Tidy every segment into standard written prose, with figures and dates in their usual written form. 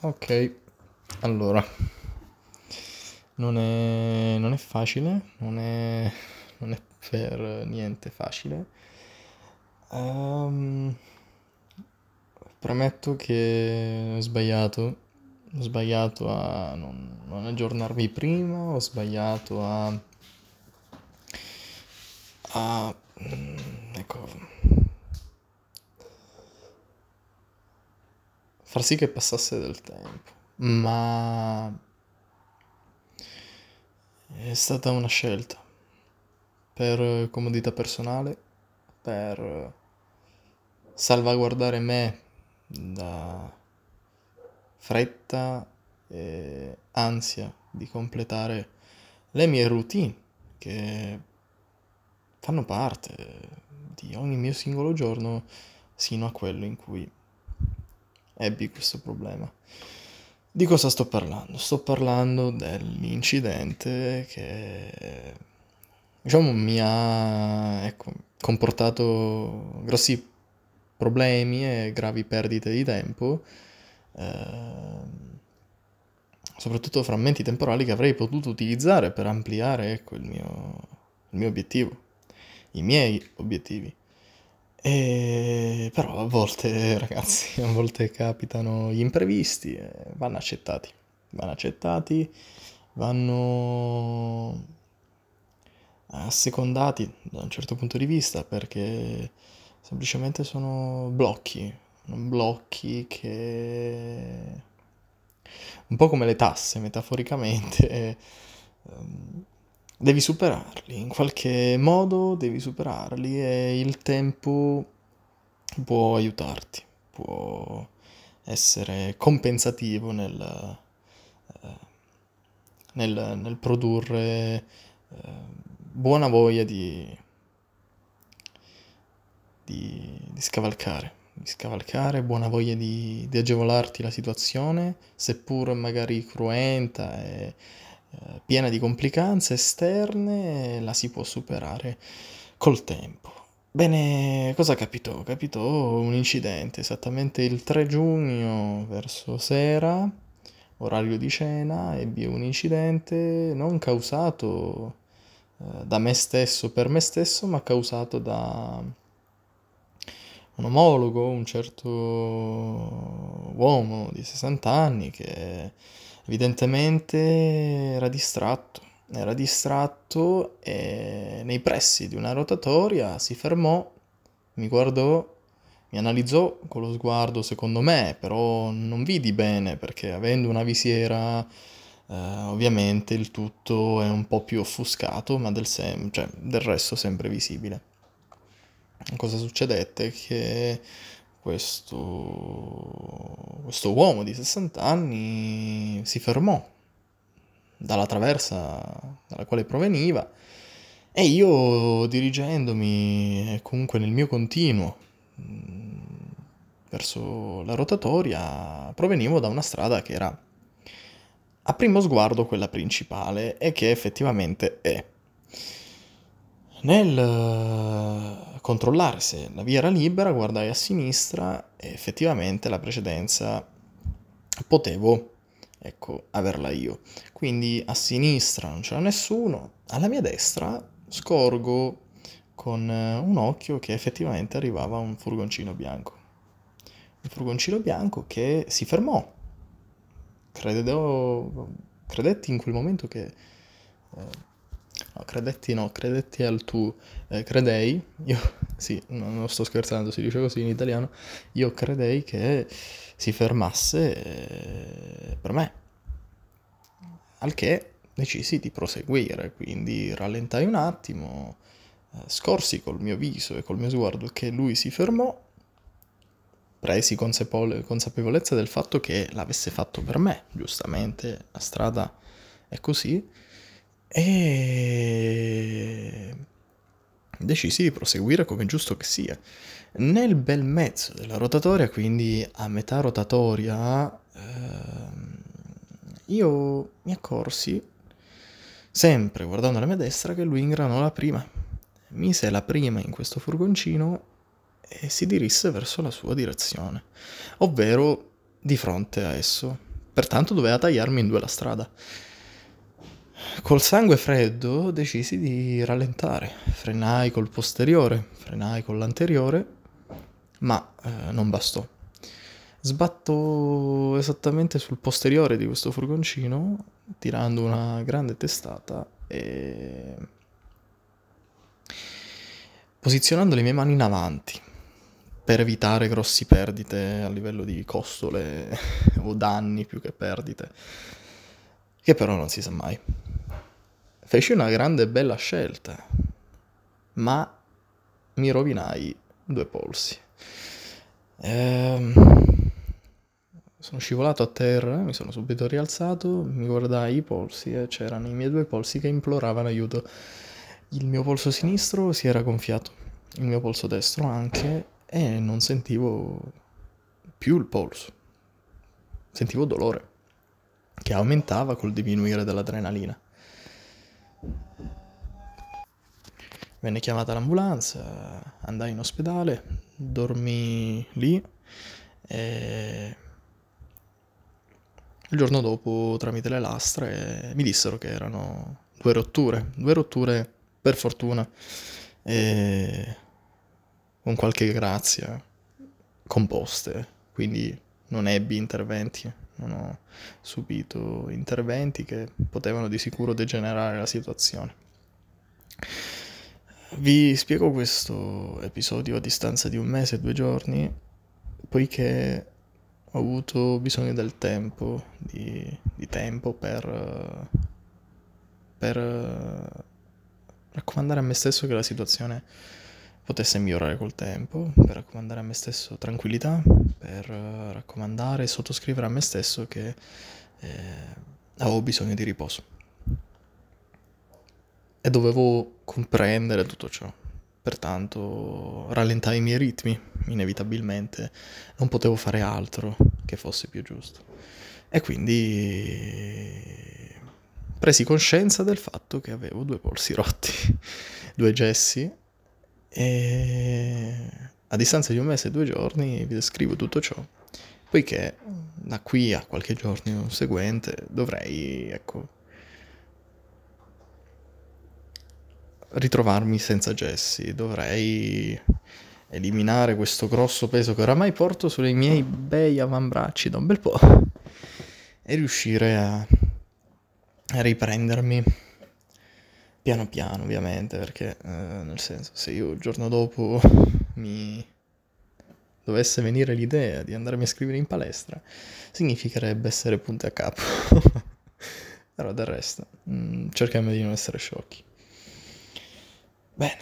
Ok, allora, non è facile, non è per niente facile. Ehm, Premetto che ho sbagliato a non aggiornarmi prima, ho sbagliato ecco, far sì che passasse del tempo, ma è stata una scelta per comodità personale, per salvaguardare me da fretta e ansia di completare le mie routine che fanno parte di ogni mio singolo giorno sino a quello in cui ebbi questo problema. Di cosa sto parlando? Sto parlando dell'incidente che, diciamo, mi ha, ecco, comportato grossi problemi e gravi perdite di tempo, soprattutto frammenti temporali che avrei potuto utilizzare per ampliare, ecco, il mio obiettivo, i miei obiettivi. Però a volte, ragazzi, a volte capitano gli imprevisti e vanno accettati, vanno assecondati da un certo punto di vista perché semplicemente sono blocchi che un po' come le tasse, metaforicamente, devi superarli, in qualche modo devi superarli e il tempo può aiutarti, può essere compensativo nel produrre buona voglia di scavalcare, buona voglia di agevolarti la situazione, seppur magari cruenta e piena di complicanze esterne, la si può superare col tempo. Bene, cosa capitò? Capitò un incidente esattamente il 3 giugno verso sera, orario di cena, ebbi un incidente non causato da me stesso per me stesso, ma causato da un omologo, un certo uomo di 60 anni che evidentemente era distratto e nei pressi di una rotatoria si fermò, mi guardò, mi analizzò con lo sguardo secondo me, però non vidi bene perché avendo una visiera ovviamente il tutto è un po' più offuscato, ma cioè, del resto sempre visibile. Cosa succedette? Che questo uomo di 60 anni si fermò dalla traversa dalla quale proveniva e io dirigendomi comunque nel mio continuo verso la rotatoria provenivo da una strada che era a primo sguardo quella principale e che effettivamente è. Nel controllare se la via era libera, guardai a sinistra e effettivamente la precedenza potevo, ecco, averla io. Quindi a sinistra non c'era nessuno, alla mia destra scorgo con un occhio che effettivamente arrivava un furgoncino bianco. Un furgoncino bianco che si fermò. Credetti in quel momento che no, credetti no, credetti al tu, credei, io, sì, non sto scherzando, si dice così in italiano, io credei che si fermasse per me, al che decisi di proseguire, quindi rallentai un attimo, scorsi col mio viso e col mio sguardo che lui si fermò, presi consapevolezza del fatto che l'avesse fatto per me, giustamente, la strada è così, e decisi di proseguire come giusto che sia. Nel bel mezzo della rotatoria, quindi a metà rotatoria, io mi accorsi, sempre guardando alla mia destra, che lui ingranò la prima. Mise la prima in questo furgoncino e si dirisse verso la sua direzione, ovvero di fronte a esso. Pertanto doveva tagliarmi in due la strada. Col sangue freddo decisi di rallentare, frenai col posteriore, frenai con l'anteriore, ma non bastò. Sbatto esattamente sul posteriore di questo furgoncino, tirando una grande testata e posizionando le mie mani in avanti per evitare grossi perdite a livello di costole o danni più che perdite, che però non si sa mai. Feci una grande e bella scelta, ma mi rovinai 2 polsi. Sono scivolato a terra, mi sono subito rialzato, mi guardai i polsi e c'erano i miei 2 polsi che imploravano aiuto. Il mio polso sinistro si era gonfiato, il mio polso destro anche, e non sentivo più il polso. Sentivo dolore, che aumentava col diminuire dell'adrenalina. Venne chiamata l'ambulanza, andai in ospedale, dormì lì e il giorno dopo, tramite le lastre, mi dissero che erano 2 rotture per fortuna, e con qualche grazia composte, quindi non ebbi interventi, non ho subito interventi che potevano di sicuro degenerare la situazione. Vi spiego questo episodio a distanza di 1 mese e 2 giorni, poiché ho avuto bisogno del tempo, di tempo per raccomandare a me stesso che la situazione potesse migliorare col tempo, per raccomandare a me stesso tranquillità, per raccomandare e sottoscrivere a me stesso che avevo bisogno di riposo. E dovevo comprendere tutto ciò. Pertanto rallentai i miei ritmi, inevitabilmente. Non potevo fare altro che fosse più giusto. E quindi presi coscienza del fatto che avevo 2 polsi rotti, 2 gessi, e a distanza di 1 mese e 2 giorni vi descrivo tutto ciò, poiché da qui a qualche giorno seguente dovrei, ritrovarmi senza gessi, dovrei eliminare questo grosso peso che oramai porto sui miei bei avambracci da un bel po' e riuscire a riprendermi piano piano, ovviamente, perché nel senso, se io il giorno dopo mi dovesse venire l'idea di andarmi a scrivere in palestra, significherebbe essere punti a capo. Però del resto, cerchiamo di non essere sciocchi. Bene,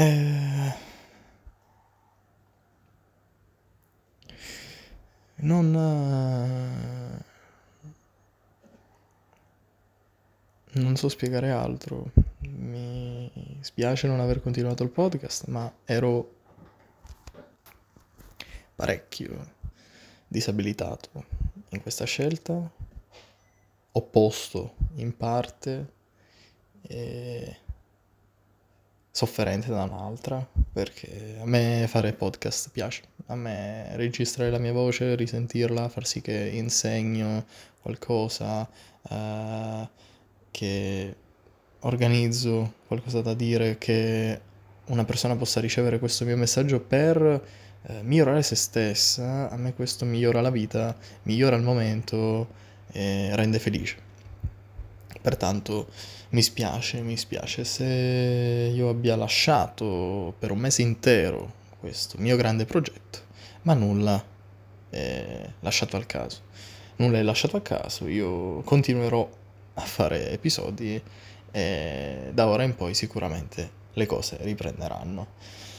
non so spiegare altro. Mi spiace non aver continuato il podcast, ma ero parecchio disabilitato in questa scelta, opposto in parte e sofferente da un'altra, perché a me fare podcast piace, a me registrare la mia voce, risentirla, far sì che insegno qualcosa, che organizzo qualcosa da dire, che una persona possa ricevere questo mio messaggio per migliorare se stessa, a me questo migliora la vita, migliora il momento e rende felice. Pertanto mi spiace se io abbia lasciato per 1 mese intero questo mio grande progetto, ma nulla è lasciato al caso. Nulla è lasciato a caso, io continuerò a fare episodi e da ora in poi sicuramente le cose riprenderanno.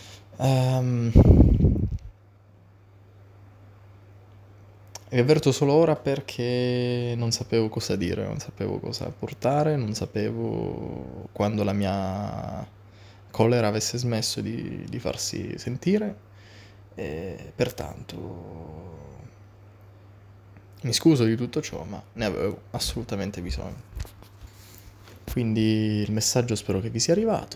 Vi avverto solo ora perché non sapevo cosa dire, non sapevo cosa portare, non sapevo quando la mia collera avesse smesso di farsi sentire e pertanto mi scuso di tutto ciò, ma ne avevo assolutamente bisogno. Quindi il messaggio spero che vi sia arrivato.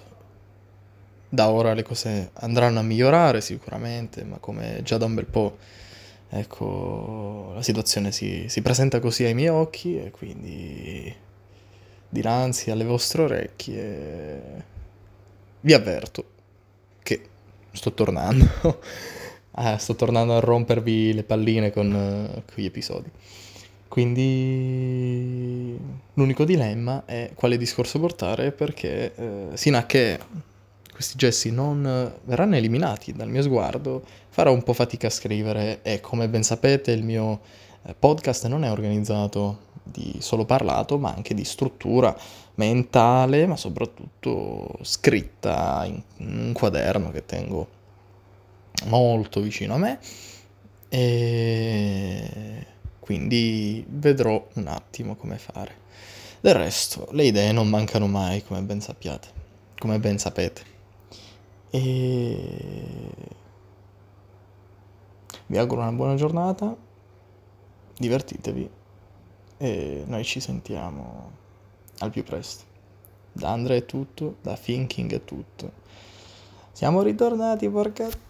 Da ora le cose andranno a migliorare sicuramente, ma come già da un bel po' ecco, la situazione si presenta così ai miei occhi e quindi dinanzi alle vostre orecchie vi avverto che sto tornando. Sto tornando a rompervi le palline con gli episodi. Quindi l'unico dilemma è quale discorso portare, perché sino a che questi gesti non verranno eliminati dal mio sguardo, farò un po' fatica a scrivere e, come ben sapete, il mio podcast non è organizzato di solo parlato, ma anche di struttura mentale, ma soprattutto scritta in un quaderno che tengo molto vicino a me, e quindi vedrò un attimo come fare. Del resto, le idee non mancano mai, come ben sappiate, come ben sapete. E vi auguro una buona giornata, divertitevi e noi ci sentiamo al più presto. Da Andrea è tutto, da Thinking è tutto. Siamo ritornati, porca...